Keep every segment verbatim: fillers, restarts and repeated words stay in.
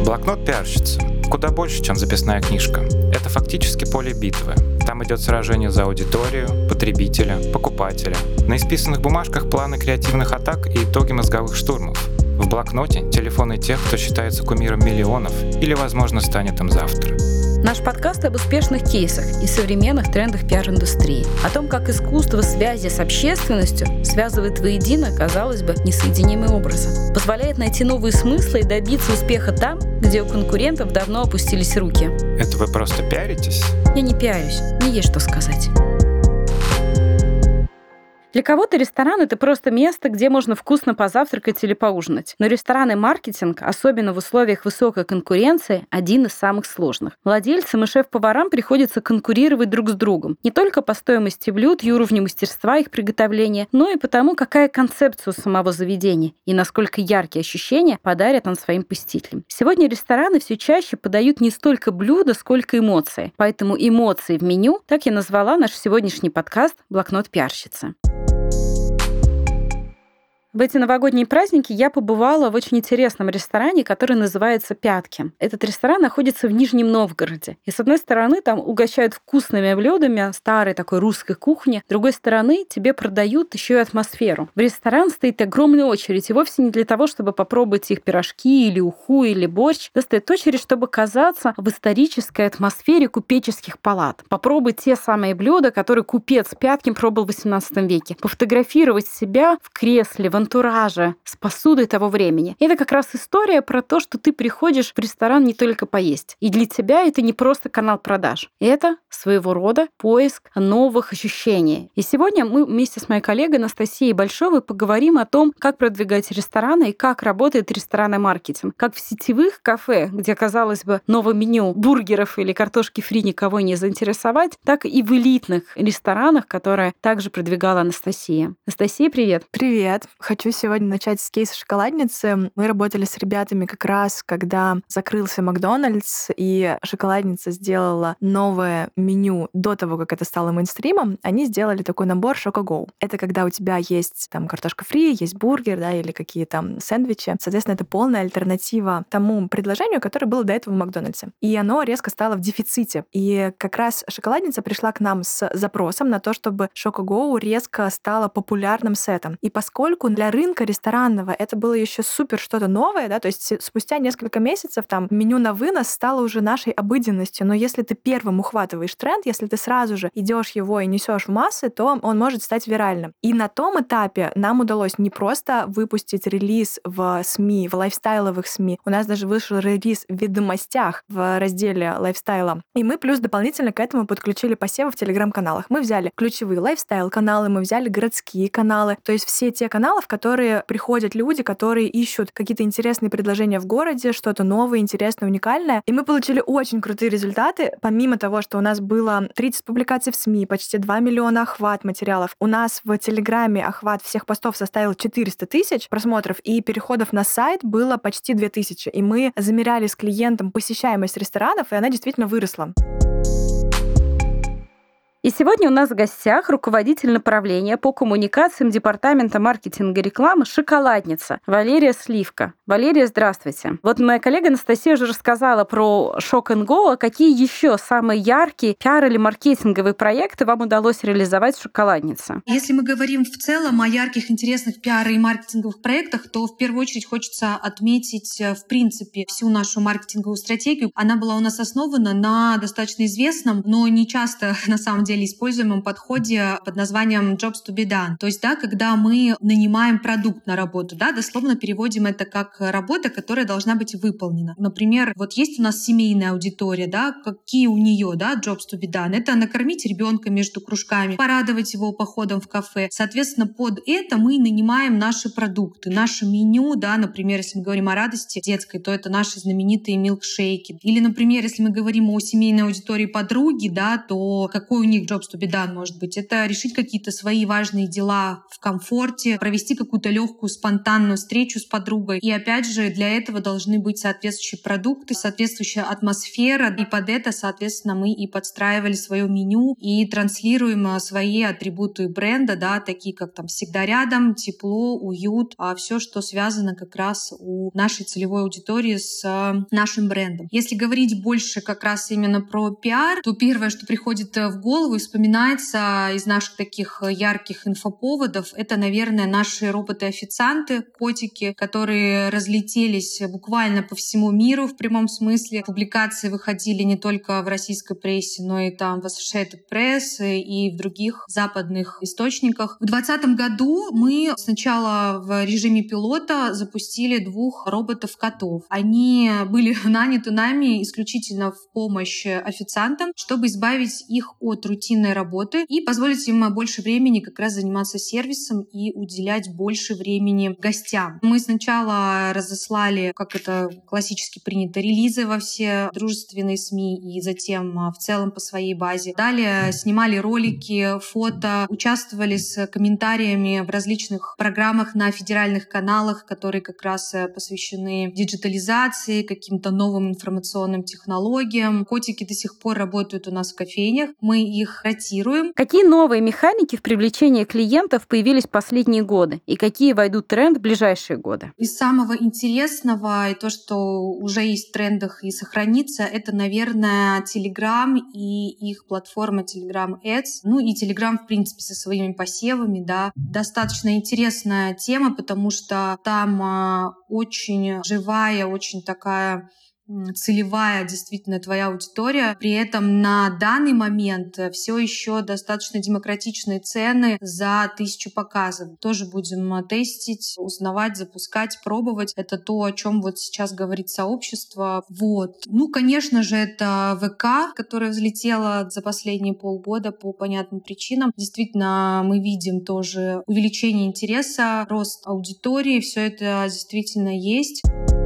Блокнот пиарщицы куда больше, чем записная книжка. Это фактически поле битвы. Там идет сражение за аудиторию, потребителя, покупателя. На исписанных бумажках планы креативных атак и итоги мозговых штурмов. В блокноте телефоны тех, кто считается кумиром миллионов или, возможно, станет им завтра. Наш подкаст об успешных кейсах и современных трендах пиар-индустрии. О том, как искусство связи с общественностью связывает воедино, казалось бы, несоединимые образы. Позволяет найти новые смыслы и добиться успеха там, где у конкурентов давно опустились руки. Это вы просто пиаритесь? Я не пиарюсь, мне есть что сказать. Для кого-то ресторан — это просто место, где можно вкусно позавтракать или поужинать. Но ресторанный маркетинг, особенно в условиях высокой конкуренции, один из самых сложных. Владельцам и шеф-поварам приходится конкурировать друг с другом. Не только по стоимости блюд и уровню мастерства их приготовления, но и потому, какая концепция у самого заведения и насколько яркие ощущения подарят он своим посетителям. Сегодня рестораны все чаще подают не столько блюда, сколько эмоции. Поэтому эмоции в меню, так я назвала наш сегодняшний подкаст «Блокнот пиарщицы». В эти новогодние праздники я побывала в очень интересном ресторане, который называется «Пятки». Этот ресторан находится в Нижнем Новгороде. И, с одной стороны, там угощают вкусными блюдами старой такой русской кухни. С другой стороны, тебе продают еще и атмосферу. В ресторан стоит огромная очередь. И вовсе не для того, чтобы попробовать их пирожки или уху, или борщ. Да, стоит очередь, чтобы оказаться в исторической атмосфере купеческих палат. Попробовать те самые блюда, которые купец Пяткин пробовал в восемнадцатом веке. Пофотографировать себя в кресле, в антураже, с посудой того времени. Это как раз история про то, что ты приходишь в ресторан не только поесть. И для тебя это не просто канал продаж. Это своего рода поиск новых ощущений. И сегодня мы вместе с моей коллегой Анастасией Большовой поговорим о том, как продвигать рестораны и как работает ресторанный маркетинг. Как в сетевых кафе, где, казалось бы, новое меню бургеров или картошки фри никого не заинтересовать, так и в элитных ресторанах, которые также продвигала Анастасия. Анастасия, привет. Привет. Хочу сегодня начать с кейса шоколадницы. Мы работали с ребятами как раз, когда закрылся Макдональдс, и шоколадница сделала новое меню до того, как это стало мейнстримом. Они сделали такой набор Шоко-Гоу. Это когда у тебя есть там картошка фри, есть бургер, да, или какие-то там сэндвичи. Соответственно, это полная альтернатива тому предложению, которое было до этого в Макдональдсе. И оно резко стало в дефиците. И как раз шоколадница пришла к нам с запросом на то, чтобы Шоко-Гоу резко стало популярным сетом. И поскольку для рынка ресторанного это было еще супер что-то новое, да, то есть спустя несколько месяцев там меню на вынос стало уже нашей обыденностью, но если ты первым ухватываешь тренд, если ты сразу же идешь его и несешь в массы, то он может стать виральным. И на том этапе нам удалось не просто выпустить релиз в СМИ, в лайфстайловых СМИ, у нас даже вышел релиз в ведомостях в разделе лайфстайла. И мы плюс дополнительно к этому подключили посевы в телеграм-каналах. Мы взяли ключевые лайфстайл-каналы, мы взяли городские каналы, то есть все те каналы, в которые приходят люди, которые ищут какие-то интересные предложения в городе, что-то новое, интересное, уникальное. И мы получили очень крутые результаты. Помимо того, что у нас было тридцать публикаций в СМИ, почти два миллиона охват материалов, у нас в Телеграме охват всех постов составил четыреста тысяч просмотров, и переходов на сайт было почти две тысячи. И мы замеряли с клиентом посещаемость ресторанов, и она действительно выросла. И сегодня у нас в гостях руководитель направления по коммуникациям Департамента маркетинга и рекламы «Шоколадница» Валерия Сливка. Валерия, здравствуйте. Вот моя коллега Анастасия уже рассказала про Shop and Go. А какие еще самые яркие пиар- или маркетинговые проекты вам удалось реализовать в «Шоколаднице»? Если мы говорим в целом о ярких, интересных пиар- и маркетинговых проектах, то в первую очередь хочется отметить, в принципе, всю нашу маркетинговую стратегию. Она была у нас основана на достаточно известном, но не часто, на самом деле, используемом подходе под названием jobs to be done. То есть, да, когда мы нанимаем продукт на работу, да, дословно переводим это как работа, которая должна быть выполнена. Например, вот есть у нас семейная аудитория, да, какие у нее, да, jobs to be done. Это накормить ребенка между кружками, порадовать его походом в кафе. Соответственно, под это мы нанимаем наши продукты, наше меню, да, например, если мы говорим о радости детской, то это наши знаменитые милкшейки. Или, например, если мы говорим о семейной аудитории подруги, да, то какой у них jobs to be done, может быть. Это решить какие-то свои важные дела в комфорте, провести какую-то легкую спонтанную встречу с подругой. И опять же, для этого должны быть соответствующие продукты, соответствующая атмосфера. И под это, соответственно, мы и подстраивали свое меню и транслируем свои атрибуты бренда, да, такие как там всегда рядом, тепло, уют, а все, что связано как раз у нашей целевой аудитории с нашим брендом. Если говорить больше как раз именно про пиар, то первое, что приходит в голову и вспоминается из наших таких ярких инфоповодов, это, наверное, наши роботы-официанты, котики, которые разлетелись буквально по всему миру в прямом смысле. Публикации выходили не только в российской прессе, но и там в Associated Press и в других западных источниках. В двадцатом году мы сначала в режиме пилота запустили двух роботов-котов. Они были наняты нами исключительно в помощь официантам, чтобы избавить их от рутинной работы и позволить им больше времени как раз заниматься сервисом и уделять больше времени гостям. Мы сначала разослали, как это классически принято, релизы во все дружественные СМИ и затем в целом по своей базе. Далее снимали ролики, фото, участвовали с комментариями в различных программах на федеральных каналах, которые как раз посвящены диджитализации, каким-то новым информационным технологиям. Котики до сих пор работают у нас в кофейнях. Мы их ротируем. Какие новые механики в привлечении клиентов появились в последние годы и какие войдут в тренд в ближайшие годы? Из самого интересного и то, что уже есть в трендах и сохранится, это, наверное, Telegram и их платформа Telegram Ads. Ну и Telegram, в принципе, со своими посевами, да. Достаточно интересная тема, потому что там а, очень живая, очень такая целевая действительно твоя аудитория. При этом на данный момент все еще достаточно демократичные цены за тысячу показов. Тоже будем тестить, узнавать, запускать, пробовать. Это то, о чем вот сейчас говорит сообщество. Вот. Ну, конечно же, это ВК, которая взлетела за последние полгода по понятным причинам. Действительно, мы видим тоже увеличение интереса, рост аудитории. Все это действительно есть.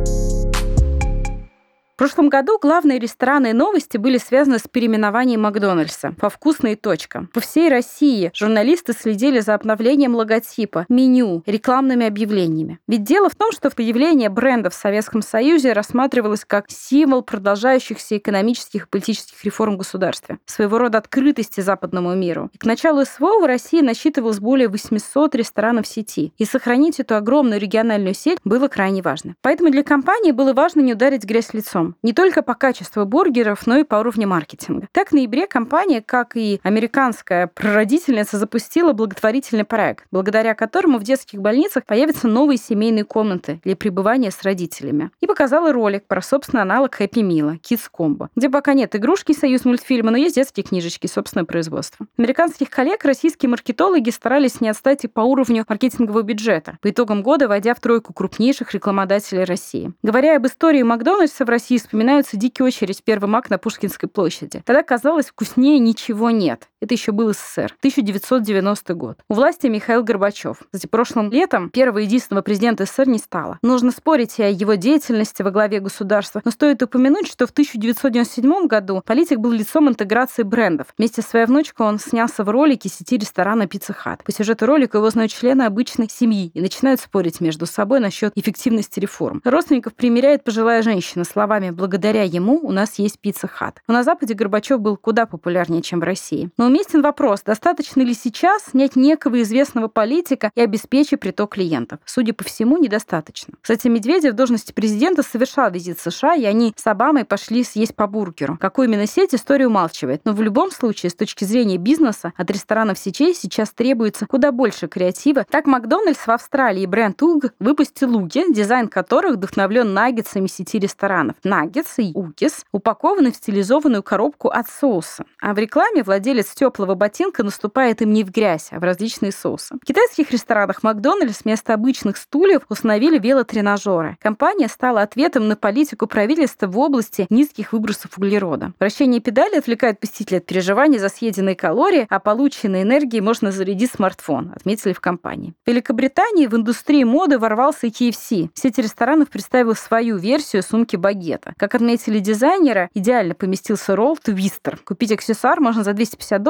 В прошлом году главные ресторанные новости были связаны с переименованием Макдональдса во «Вкусная точка». По всей России журналисты следили за обновлением логотипа, меню, рекламными объявлениями. Ведь дело в том, что появление бренда в Советском Союзе рассматривалось как символ продолжающихся экономических и политических реформ в государстве, своего рода открытости западному миру. И к началу СВО в России насчитывалось более восемьсот ресторанов сети, и сохранить эту огромную региональную сеть было крайне важно. Поэтому для компании было важно не ударить грязь лицом. Не только по качеству бургеров, но и по уровню маркетинга. Так, в ноябре компания, как и американская прародительница, запустила благотворительный проект, благодаря которому в детских больницах появятся новые семейные комнаты для пребывания с родителями. И показала ролик про собственный аналог Хэппи Мила, Kids Combo, где пока нет игрушки союз мультфильма, но есть детские книжечки, собственное производство. Американских коллег российские маркетологи старались не отстать и по уровню маркетингового бюджета, по итогам года войдя в тройку крупнейших рекламодателей России. Говоря об истории Макдональдса в России, вспоминаются дикие очередь в первый Мак на Пушкинской площади. Тогда казалось, вкуснее ничего нет. Это еще был СССР. тысяча девятьсот девяностый год. У власти Михаил Горбачев. Кстати, прошлым летом первого единственного президента СССР не стало. Нужно спорить и о его деятельности во главе государства, но стоит упомянуть, что в тысяча девятьсот девяносто седьмом году политик был лицом интеграции брендов. Вместе со своей внучкой он снялся в ролике сети ресторана Pizza Hut. По сюжету ролика его знают члены обычной семьи и начинают спорить между собой насчет эффективности реформ. Родственников примеряет пожилая женщина словами «благодаря ему у нас есть Pizza Hut». Но на Западе Горбачев был куда популярнее, чем в России. Но уместен вопрос, достаточно ли сейчас снять некого известного политика и обеспечить приток клиентов? Судя по всему, недостаточно. Кстати, Медведев в должности президента совершал визит в США, и они с Обамой пошли съесть по бургеру. Какую именно сеть, история умалчивает. Но в любом случае, с точки зрения бизнеса, от ресторанов сетей сейчас требуется куда больше креатива. Так, Макдональдс в Австралии бренд Уг выпустил уги, дизайн которых вдохновлен наггетсами сети ресторанов. Наггетс и угис упакованы в стилизованную коробку от соуса. А в рекламе владелец теплого ботинка наступает им не в грязь, а в различные соусы. В китайских ресторанах Макдональдс вместо обычных стульев установили велотренажеры. Компания стала ответом на политику правительства в области низких выбросов углерода. Вращение педали отвлекает посетителя от переживаний за съеденные калории, а полученной энергией можно зарядить смартфон, отметили в компании. В Великобритании в индустрии моды ворвался и кей эф си. Сеть ресторанов представила свою версию сумки-багета. Как отметили дизайнеры, идеально поместился ролл Твистер. Купить аксессуар можно за двести пятьдесят долларов,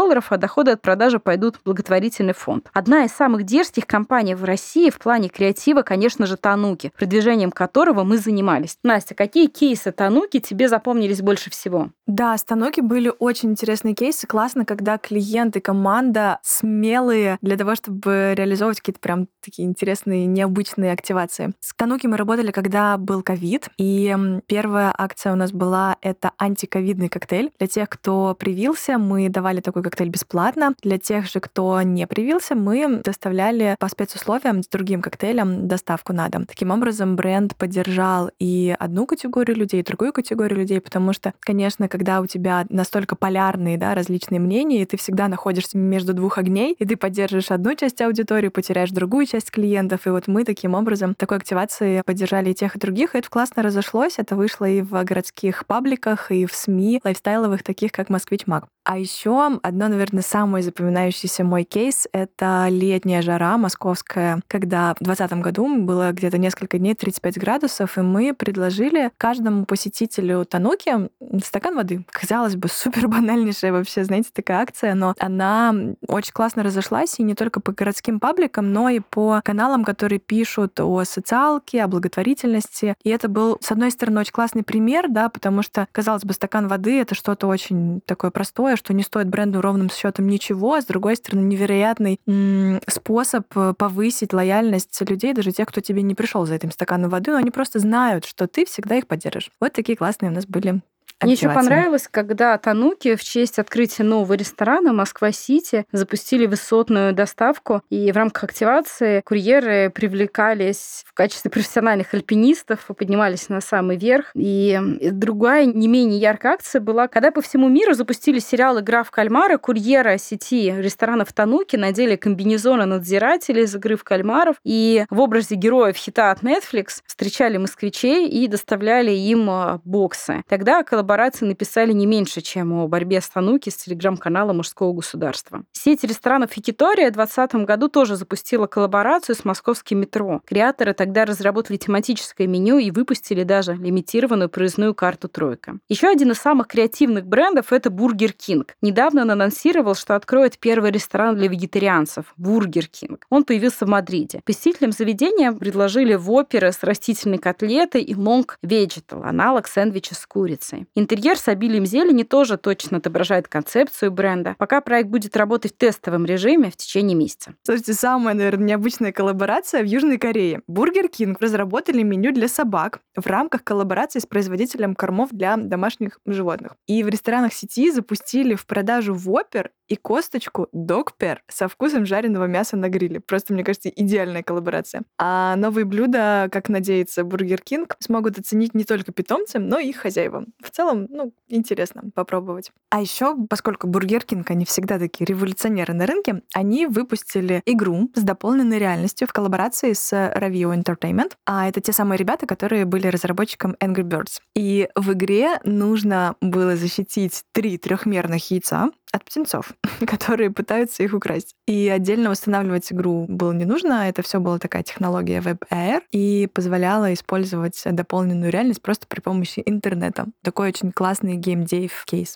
долларов, а доходы от продажи пойдут в благотворительный фонд. Одна из самых дерзких компаний в России в плане креатива, конечно же, Тануки, продвижением которого мы занимались. Настя, какие кейсы Тануки тебе запомнились больше всего? Да, с Тануки были очень интересные кейсы. Классно, когда клиент и команда смелые для того, чтобы реализовывать какие-то прям такие интересные, необычные активации. С Тануки мы работали, когда был ковид, и первая акция у нас была — это антиковидный коктейль. Для тех, кто привился, мы давали такой коктейль бесплатно. Для тех же, кто не привился, мы доставляли по спецусловиям с другим коктейлем доставку на дом. Таким образом, бренд поддержал и одну категорию людей, и другую категорию людей, потому что, конечно, когда у тебя настолько полярные, да, различные мнения, и ты всегда находишься между двух огней, и ты поддерживаешь одну часть аудитории, потеряешь другую часть клиентов, и вот мы таким образом такой активацией поддержали и тех, и других, и это классно разошлось, это вышло и в городских пабликах, и в СМИ, лайфстайловых, таких как «Москвич Маг». А еще одно, наверное, самый запоминающийся мой кейс — это летняя жара московская, когда в двадцатом году было где-то несколько дней тридцать пять градусов, и мы предложили каждому посетителю Тануки стакан воды. Казалось бы, супер банальнейшая вообще, знаете, такая акция, но она очень классно разошлась, и не только по городским пабликам, но и по каналам, которые пишут о социалке, о благотворительности. И это был, с одной стороны, очень классный пример, да, потому что, казалось бы, стакан воды — это что-то очень такое простое, что не стоит бренду ровным счетом ничего, а с другой стороны, невероятный м- способ повысить лояльность людей, даже тех, кто тебе не пришел за этим стаканом воды, но они просто знают, что ты всегда их поддержишь. Вот такие классные у нас были. Мне еще понравилось, когда Тануки в честь открытия нового ресторана Москва-Сити запустили высотную доставку, и в рамках активации курьеры привлекались в качестве профессиональных альпинистов, поднимались на самый верх. И другая, не менее яркая акция была, когда по всему миру запустили сериал «Игра в кальмара», курьеры сети ресторанов Тануки надели комбинезоны надзирателей из «Игры в кальмаров» и в образе героев хита от Netflix встречали москвичей и доставляли им боксы. Тогда коллаборация написали не меньше, чем о борьбе с Тануки с телеграм-канала «Мужского государства». Сеть ресторанов «Якитория» в двадцатом году тоже запустила коллаборацию с московским метро. Креаторы тогда разработали тематическое меню и выпустили даже лимитированную проездную карту «Тройка». Еще один из самых креативных брендов — это Бургер Кинг. Недавно он анонсировал, что откроет первый ресторан для вегетарианцев — Бургер Кинг. Он появился в Мадриде. Посетителям заведения предложили воперы с растительной котлетой и лонг vegetal, аналог сэндвича с курицей. Интерьер с обилием зелени тоже точно отображает концепцию бренда. Пока проект будет работать в тестовом режиме в течение месяца. Слушайте, самая, наверное, необычная коллаборация в Южной Корее. Бургер Кинг разработали меню для собак в рамках коллаборации с производителем кормов для домашних животных. И в ресторанах сети запустили в продажу вопер и косточку догпер со вкусом жареного мяса на гриле. Просто, мне кажется, идеальная коллаборация. А новые блюда, как надеется Бургер Кинг, смогут оценить не только питомцы, но и их хозяевам. В целом, ну, интересно попробовать. А еще, поскольку Бургер Кинг, они всегда такие революционеры на рынке, они выпустили игру с дополненной реальностью в коллаборации с Ravio Entertainment. А это те самые ребята, которые были разработчиком Angry Birds. И в игре нужно было защитить три трехмерных яйца от птенцов, которые пытаются их украсть. И отдельно устанавливать игру было не нужно. Это все была такая технология WebAR и позволяла использовать дополненную реальность просто при помощи интернета. Такой очень классный геймдейв кейс.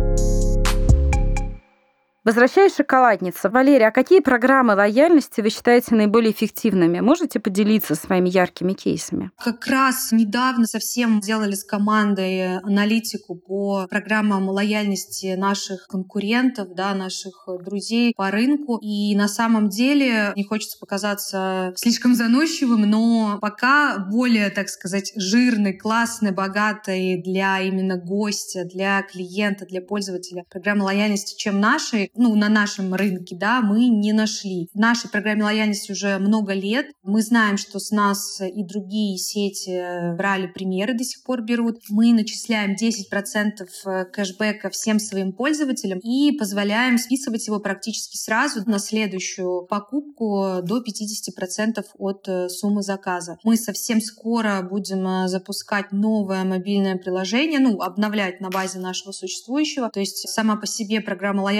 Возвращаясь к шоколаднице. Валерия, а какие программы лояльности вы считаете наиболее эффективными? Можете поделиться своими яркими кейсами? Как раз недавно совсем делали с командой аналитику по программам лояльности наших конкурентов, да, наших друзей по рынку. И на самом деле, не хочется показаться слишком заносчивым, но пока более, так сказать, жирной, классной, богатой для именно гостя, для клиента, для пользователя программы лояльности, чем наши, ну, на нашем рынке, да, мы не нашли. В нашей программе лояльности уже много лет. Мы знаем, что с нас и другие сети брали примеры, до сих пор берут. Мы начисляем десять процентов кэшбэка всем своим пользователям и позволяем списывать его практически сразу на следующую покупку до пятьдесят процентов от суммы заказа. Мы совсем скоро будем запускать новое мобильное приложение, ну, обновлять на базе нашего существующего. То есть сама по себе программа лояльности для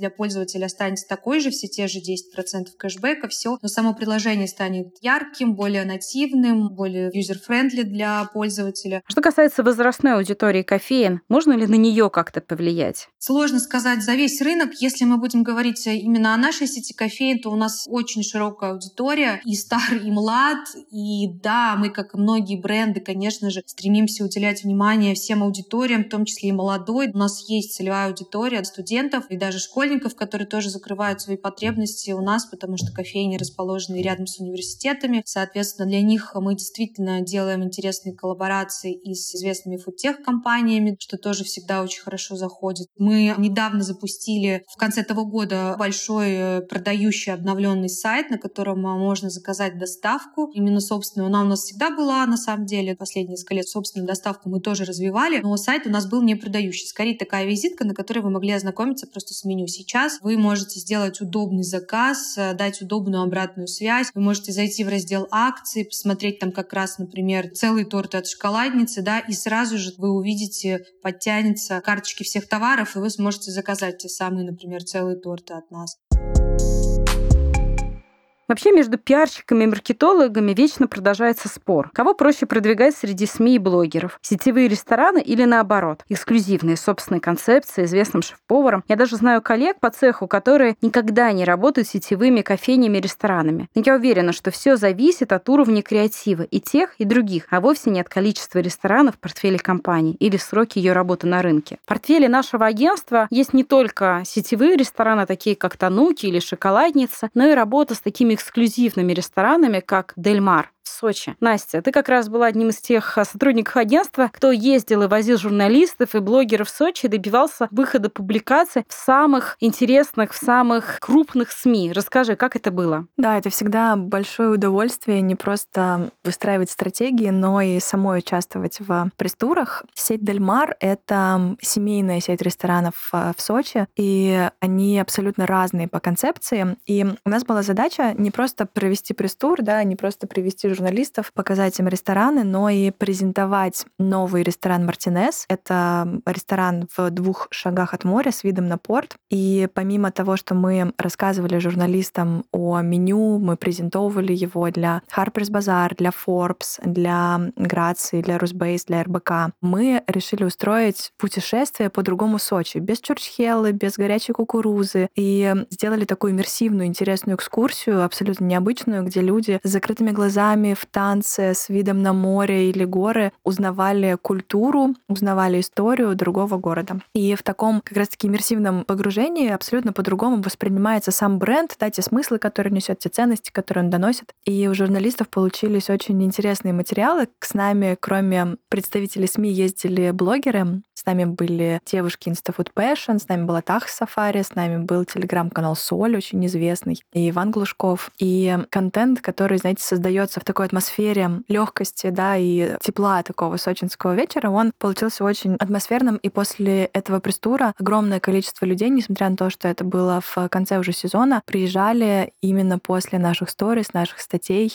для пользователя останется такой же, все те же десять процентов кэшбэка, все, но само приложение станет ярким, более нативным, более юзер-френдли для пользователя. Что касается возрастной аудитории кофеен, можно ли на нее как-то повлиять? Сложно сказать за весь рынок. Если мы будем говорить именно о нашей сети кофеен, то у нас очень широкая аудитория, и стар, и млад. И да, мы, как и многие бренды, конечно же, стремимся уделять внимание всем аудиториям, в том числе и молодой. У нас есть целевая аудитория студентов и даже школьников, которые тоже закрывают свои потребности у нас, потому что кофейни расположены рядом с университетами. Соответственно, для них мы действительно делаем интересные коллаборации и с известными фудтех-компаниями, что тоже всегда очень хорошо заходит. Мы недавно запустили в конце того года большой продающий обновленный сайт, на котором можно заказать доставку. Именно собственную. Она у нас всегда была, на самом деле, последние несколько лет собственную доставку мы тоже развивали, но сайт у нас был не продающий. Скорее, такая визитка, на которой вы могли ознакомиться просто с меню. Сейчас вы можете сделать удобный заказ, дать удобную обратную связь. Вы можете зайти в раздел акций, посмотреть там как раз, например, целый торт от шоколадницы, да, и сразу же вы увидите, подтянется карточки всех товаров, и вы сможете заказать те самые, например, целые торты от нас. Вообще между пиарщиками и маркетологами вечно продолжается спор. Кого проще продвигать среди СМИ и блогеров? Сетевые рестораны или наоборот? Эксклюзивные собственные концепции известным шеф-поваром. Я даже знаю коллег по цеху, которые никогда не работают сетевыми кофейнями и ресторанами. Но я уверена, что все зависит от уровня креатива и тех, и других, а вовсе не от количества ресторанов в портфеле компании или сроки ее работы на рынке. В портфеле нашего агентства есть не только сетевые рестораны, такие как Тануки или Шоколадница, но и работа с такими эксклюзивными ресторанами, как Дель Мар в Сочи. Настя, ты как раз была одним из тех сотрудников агентства, кто ездил и возил журналистов и блогеров в Сочи и добивался выхода публикаций в самых интересных, в самых крупных СМИ. Расскажи, как это было? Да, это всегда большое удовольствие не просто выстраивать стратегии, но и самой участвовать в пресс-турах. Сеть Дель Мар — это семейная сеть ресторанов в Сочи, и они абсолютно разные по концепции. И у нас была задача не просто провести пресс-тур, да, не просто привести журналистов, показать им рестораны, но и презентовать новый ресторан «Мартинез». Это ресторан в двух шагах от моря с видом на порт. И помимо того, что мы рассказывали журналистам о меню, мы презентовали его для Harper's Bazaar, для Forbes, для Грации, для Русбейс, для эр бэ ка, мы решили устроить путешествие по другому Сочи, без чурчхеллы, без горячей кукурузы. И сделали такую иммерсивную, интересную экскурсию, абсолютно необычную, где люди с закрытыми глазами в танце с видом на море или горы узнавали культуру, узнавали историю другого города. И в таком как раз-таки иммерсивном погружении абсолютно по-другому воспринимается сам бренд, да, те смыслы, которые несет, те ценности, которые он доносит. И у журналистов получились очень интересные материалы. С нами, кроме представителей СМИ, ездили блогеры. С нами были девушки Instafood Passion, с нами была Тах Сафари, с нами был телеграм-канал Соль, очень известный, и Иван Глушков. И контент, который, знаете, создается в такой атмосфере легкости, да, и тепла такого сочинского вечера, он получился очень атмосферным. И после этого пресс-тура огромное количество людей, несмотря на то, что это было в конце уже сезона, приезжали именно после наших сторис, наших статей.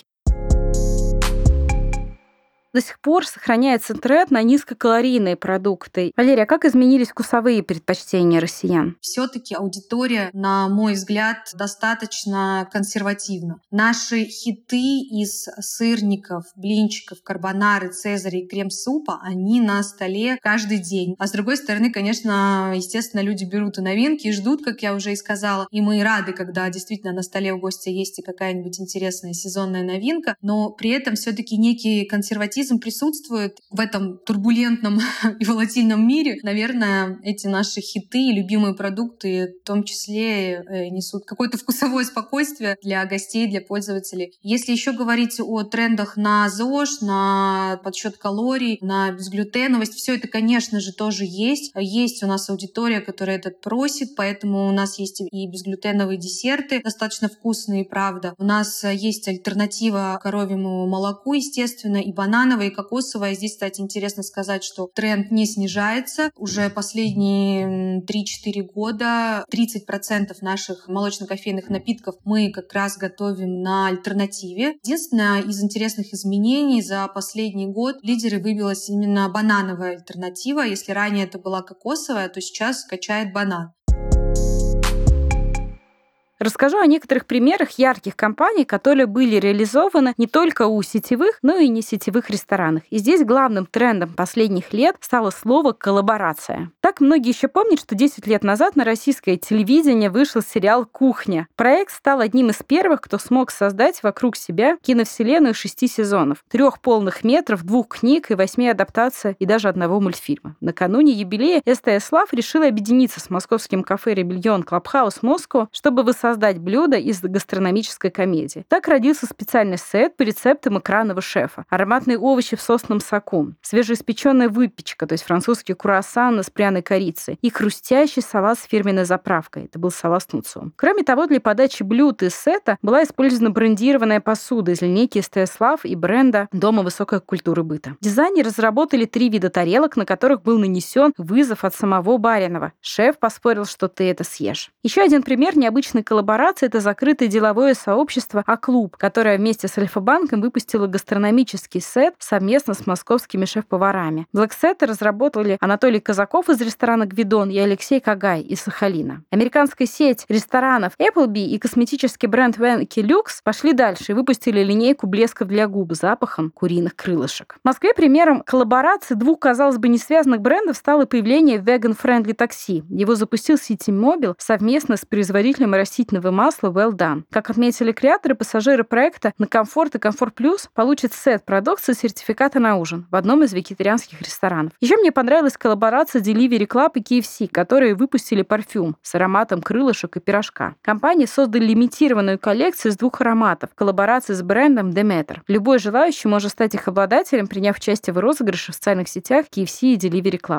До сих пор сохраняется тренд на низкокалорийные продукты. Валерия, а как изменились вкусовые предпочтения россиян? Все-таки аудитория, на мой взгляд, достаточно консервативна. Наши хиты из сырников, блинчиков, карбонары, цезаря и крем-супа, они на столе каждый день. А с другой стороны, конечно, естественно, люди берут и новинки, и ждут, как я уже и сказала. И мы рады, когда действительно на столе у гостя есть и какая-нибудь интересная сезонная новинка. Но при этом все-таки некий консерватизм присутствует в этом турбулентном и волатильном мире. Наверное, эти наши хиты и любимые продукты в том числе несут какое-то вкусовое спокойствие для гостей, для пользователей. Если еще говорить о трендах на ЗОЖ, на подсчет калорий, на безглютеновость, все это, конечно же, тоже есть. Есть у нас аудитория, которая это просит, поэтому у нас есть и безглютеновые десерты, достаточно вкусные, правда. У нас есть альтернатива коровьему молоку, естественно, и банановая, и кокосовая. Здесь, кстати, интересно сказать, что тренд не снижается. Уже последние три-четыре года тридцать процентов наших молочно-кофейных напитков мы как раз готовим на альтернативе. Единственное, из интересных изменений за последний год лидеры выбилась именно банановая альтернатива. Если ранее это была кокосовая, то сейчас качает банан. Расскажу о некоторых примерах ярких компаний, которые были реализованы не только у сетевых, но и не сетевых ресторанах. И здесь главным трендом последних лет стало слово «коллаборация». Так многие еще помнят, что десять лет назад на российское телевидение вышел сериал «Кухня». Проект стал одним из первых, кто смог создать вокруг себя киновселенную шести сезонов, трех полных метров, двух книг и восьми адаптаций и даже одного мультфильма. Накануне юбилея СТС Лав решила объединиться с московским кафе «Ребельон Клабхаус Москва», чтобы воссоздать блюдо из гастрономической комедии. Так родился специальный сет по рецептам экранного шефа. Ароматные овощи в сосном соку, свежеиспеченная выпечка, то есть французский круассан с пряной корицей, и хрустящий салат с фирменной заправкой. Это был салат с нуцу. Кроме того, для подачи блюд из сета была использована брендированная посуда из линейки СТС Лав и бренда Дома высокой культуры быта. Дизайнеры разработали три вида тарелок, на которых был нанесен вызов от самого Баринова. Шеф поспорил, что ты это съешь. Еще один пример необычной коллаборации — это закрытое деловое сообщество «А-клуб», которое вместе с Альфа-банком выпустило гастрономический сет совместно с московскими шеф-поварами. Блэксеты разработали Анатолий Казаков из ресторана «Гвидон» и Алексей Кагай из Сахалина. Американская сеть ресторанов Applebee и косметический бренд Венки Люкс пошли дальше и выпустили линейку блесков для губ с запахом куриных крылышек. В Москве примером коллаборации двух, казалось бы, не связанных брендов стало появление vegan-friendly такси. Его запустил City Mobile совместно с производителем растительного масла Well Done. Как отметили креаторы, пассажиры проекта на Комфорт и Комфорт Плюс получат сет продукции с сертификата на ужин в одном из вегетарианских ресторанов. Еще мне понравилась коллаборация Delivery Club и кей эф си, которые выпустили парфюм с ароматом крылышек и пирожка. Компании создали лимитированную коллекцию из двух ароматов в коллаборации с брендом Demeter. Любой желающий может стать их обладателем, приняв участие в розыгрыше в социальных сетях кей эф си и Delivery Club.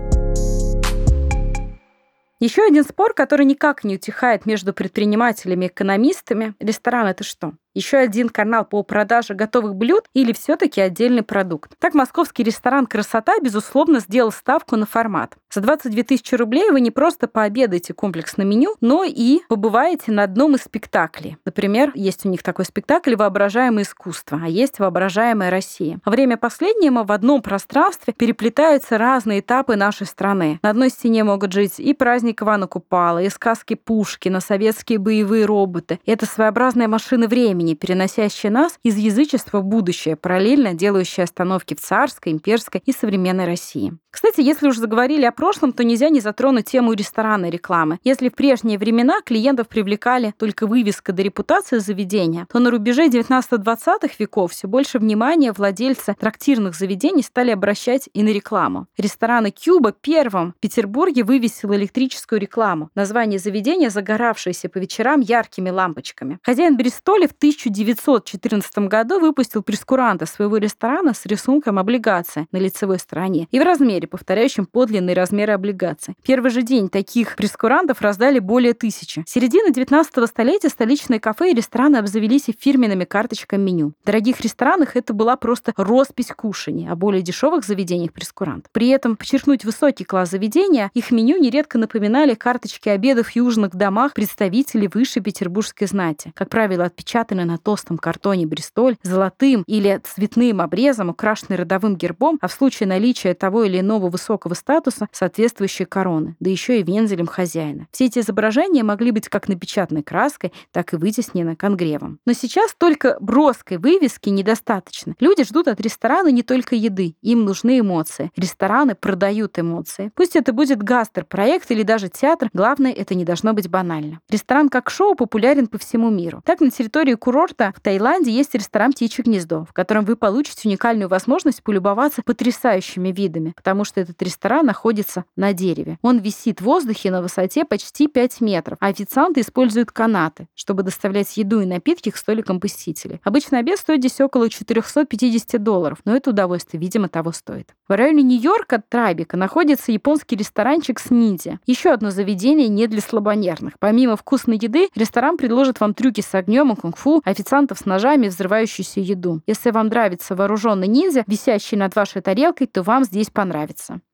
Еще один спор, который никак не утихает между предпринимателями и экономистами. Ресторан — это что? Еще один канал по продаже готовых блюд или все-таки отдельный продукт? Так московский ресторан «Красота», безусловно, сделал ставку на формат. За двадцать две тысячи рублей вы не просто пообедаете комплексно меню, но и побываете на одном из спектаклей. Например, есть у них такой спектакль «Воображаемое искусство», а есть «Воображаемая Россия». Во время последнего в одном пространстве переплетаются разные этапы нашей страны. На одной стене могут жить и праздник Ивана Купала, и сказки Пушкина, советские боевые роботы. Это своеобразная машина времени, переносящая нас из язычества в будущее, параллельно делающая остановки в царской, имперской и современной России. Кстати, если уж заговорили о прошлом, то нельзя не затронуть тему ресторанной рекламы. Если в прежние времена клиентов привлекали только вывеска да репутация заведения, то на рубеже девятнадцатого-двадцатого веков все больше внимания владельцы трактирных заведений стали обращать и на рекламу. Рестораны Кьюба первым в Петербурге вывесил электрическую рекламу. Название заведения загоравшееся по вечерам яркими лампочками. Хозяин Бристоля в тысяча девятьсот четырнадцатом году выпустил прескуранты своего ресторана с рисунком облигации на лицевой стороне и в размере, повторяющем подлинные размеры облигаций. Первый же день таких прескурантов раздали более тысячи. С середины девятнадцатого столетия столичные кафе и рестораны обзавелись и фирменными карточками меню. В дорогих ресторанах это была просто роспись кушаний, а более дешевых заведениях прескурант. При этом подчеркнуть высокий класс заведения, их меню нередко напоминали карточки обедов в южных домах представителей высшей петербургской знати. Как правило, отпечатаны на толстом картоне Бристоль золотым или цветным обрезом, украшенный родовым гербом, а в случае наличия того или иного высокого статуса соответствующей короны, да еще и вензелем хозяина. Все эти изображения могли быть как напечатанной краской, так и вытеснены конгревом. Но сейчас только броской вывески недостаточно. Люди ждут от ресторана не только еды, им нужны эмоции. Рестораны продают эмоции. Пусть это будет гастр-проект или даже театр, главное, это не должно быть банально. Ресторан как шоу популярен по всему миру. Так, на территории курорта в Таиланде есть ресторан «Птичье гнездо», в котором вы получите уникальную возможность полюбоваться потрясающими видами, потому что этот ресторан находится на дереве. Он висит в воздухе на высоте почти пять метров, а официанты используют канаты, чтобы доставлять еду и напитки к столикам посетителей. Обычно обед стоит здесь около четыреста пятьдесят долларов, но это удовольствие, видимо, того стоит. В районе Нью-Йорка, Трайбека, находится японский ресторанчик «Снидзи». Еще одно заведение не для слабонервных. Помимо вкусной еды, ресторан предложит вам трюки с огнем и кунг-фу, официантов с ножами и взрывающуюся еду. Если вам нравится вооруженный ниндзя, висящий над вашей тарелкой, то вам здесь понравится.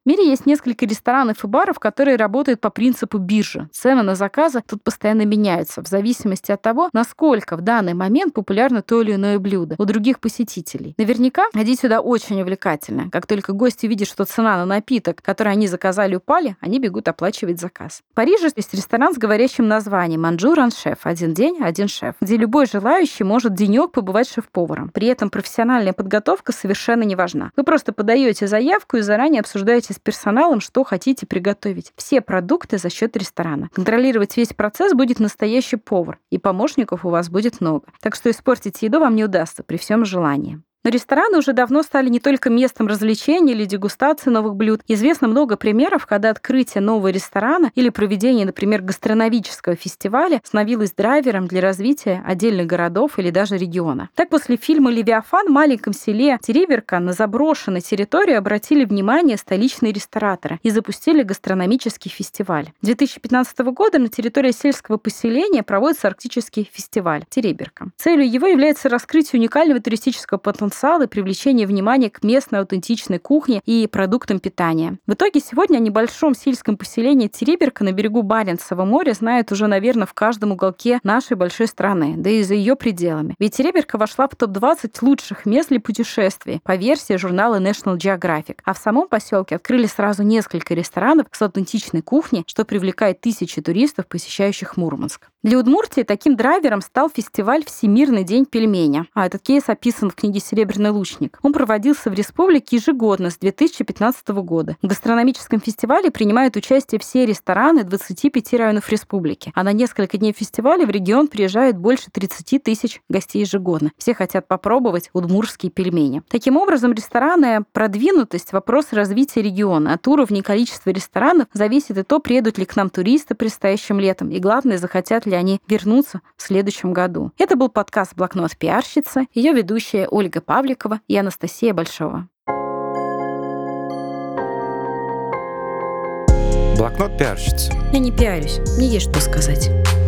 мире есть несколько ресторанов и баров, которые работают по принципу биржи. Цены на заказы тут постоянно меняются в зависимости от того, насколько в данный момент популярно то или иное блюдо у других посетителей. Наверняка ходить сюда очень увлекательно. Как только гости видят, что цена на напиток, который они заказали, упали, они бегут оплачивать заказ. В Париже есть ресторан с говорящим названием «Манжур шеф» — один день, один шеф, где любой желающий может денек побывать шеф-поваром. При этом профессиональная подготовка совершенно не важна. Вы просто подаете заявку и заранее обсуждаете с персоналом, что хотите приготовить. Все продукты за счет ресторана. Контролировать весь процесс будет настоящий повар, и помощников у вас будет много. Так что испортить еду вам не удастся при всем желании. Но рестораны уже давно стали не только местом развлечений или дегустации новых блюд. Известно много примеров, когда открытие нового ресторана или проведение, например, гастрономического фестиваля становилось драйвером для развития отдельных городов или даже региона. Так, после фильма «Левиафан» в маленьком селе Териберка на заброшенной территории обратили внимание столичные рестораторы и запустили гастрономический фестиваль. С две тысячи пятнадцатого года на территории сельского поселения проводится арктический фестиваль Териберка. Целью его является раскрытие уникального туристического потенциала и привлечение внимания к местной аутентичной кухне и продуктам питания. В итоге сегодня о небольшом сельском поселении Териберка на берегу Баренцева моря знают уже, наверное, в каждом уголке нашей большой страны, да и за ее пределами. Ведь Териберка вошла в топ двадцать лучших мест для путешествий по версии журнала National Geographic. А в самом поселке открыли сразу несколько ресторанов с аутентичной кухней, что привлекает тысячи туристов, посещающих Мурманск. Для Удмуртии таким драйвером стал фестиваль «Всемирный день пельменя». А этот кейс описан в книге «Серебряный лучник». Он проводился в республике ежегодно с две тысячи пятнадцатого года. В гастрономическом фестивале принимают участие все рестораны двадцати пяти районов республики. А на несколько дней фестиваля в регион приезжает больше тридцати тысяч гостей ежегодно. Все хотят попробовать удмуртские пельмени. Таким образом, рестораны — продвинутость — вопрос развития региона. От уровня и количества ресторанов зависит и то, приедут ли к нам туристы предстоящим летом, и главное, захотят ли они вернуться в следующем году. Это был подкаст «Блокнот пиарщицы», ее ведущая Ольга Павликова и Анастасия Большова. Блокнот пиарщицы. Я не пиарюсь, мне есть что сказать.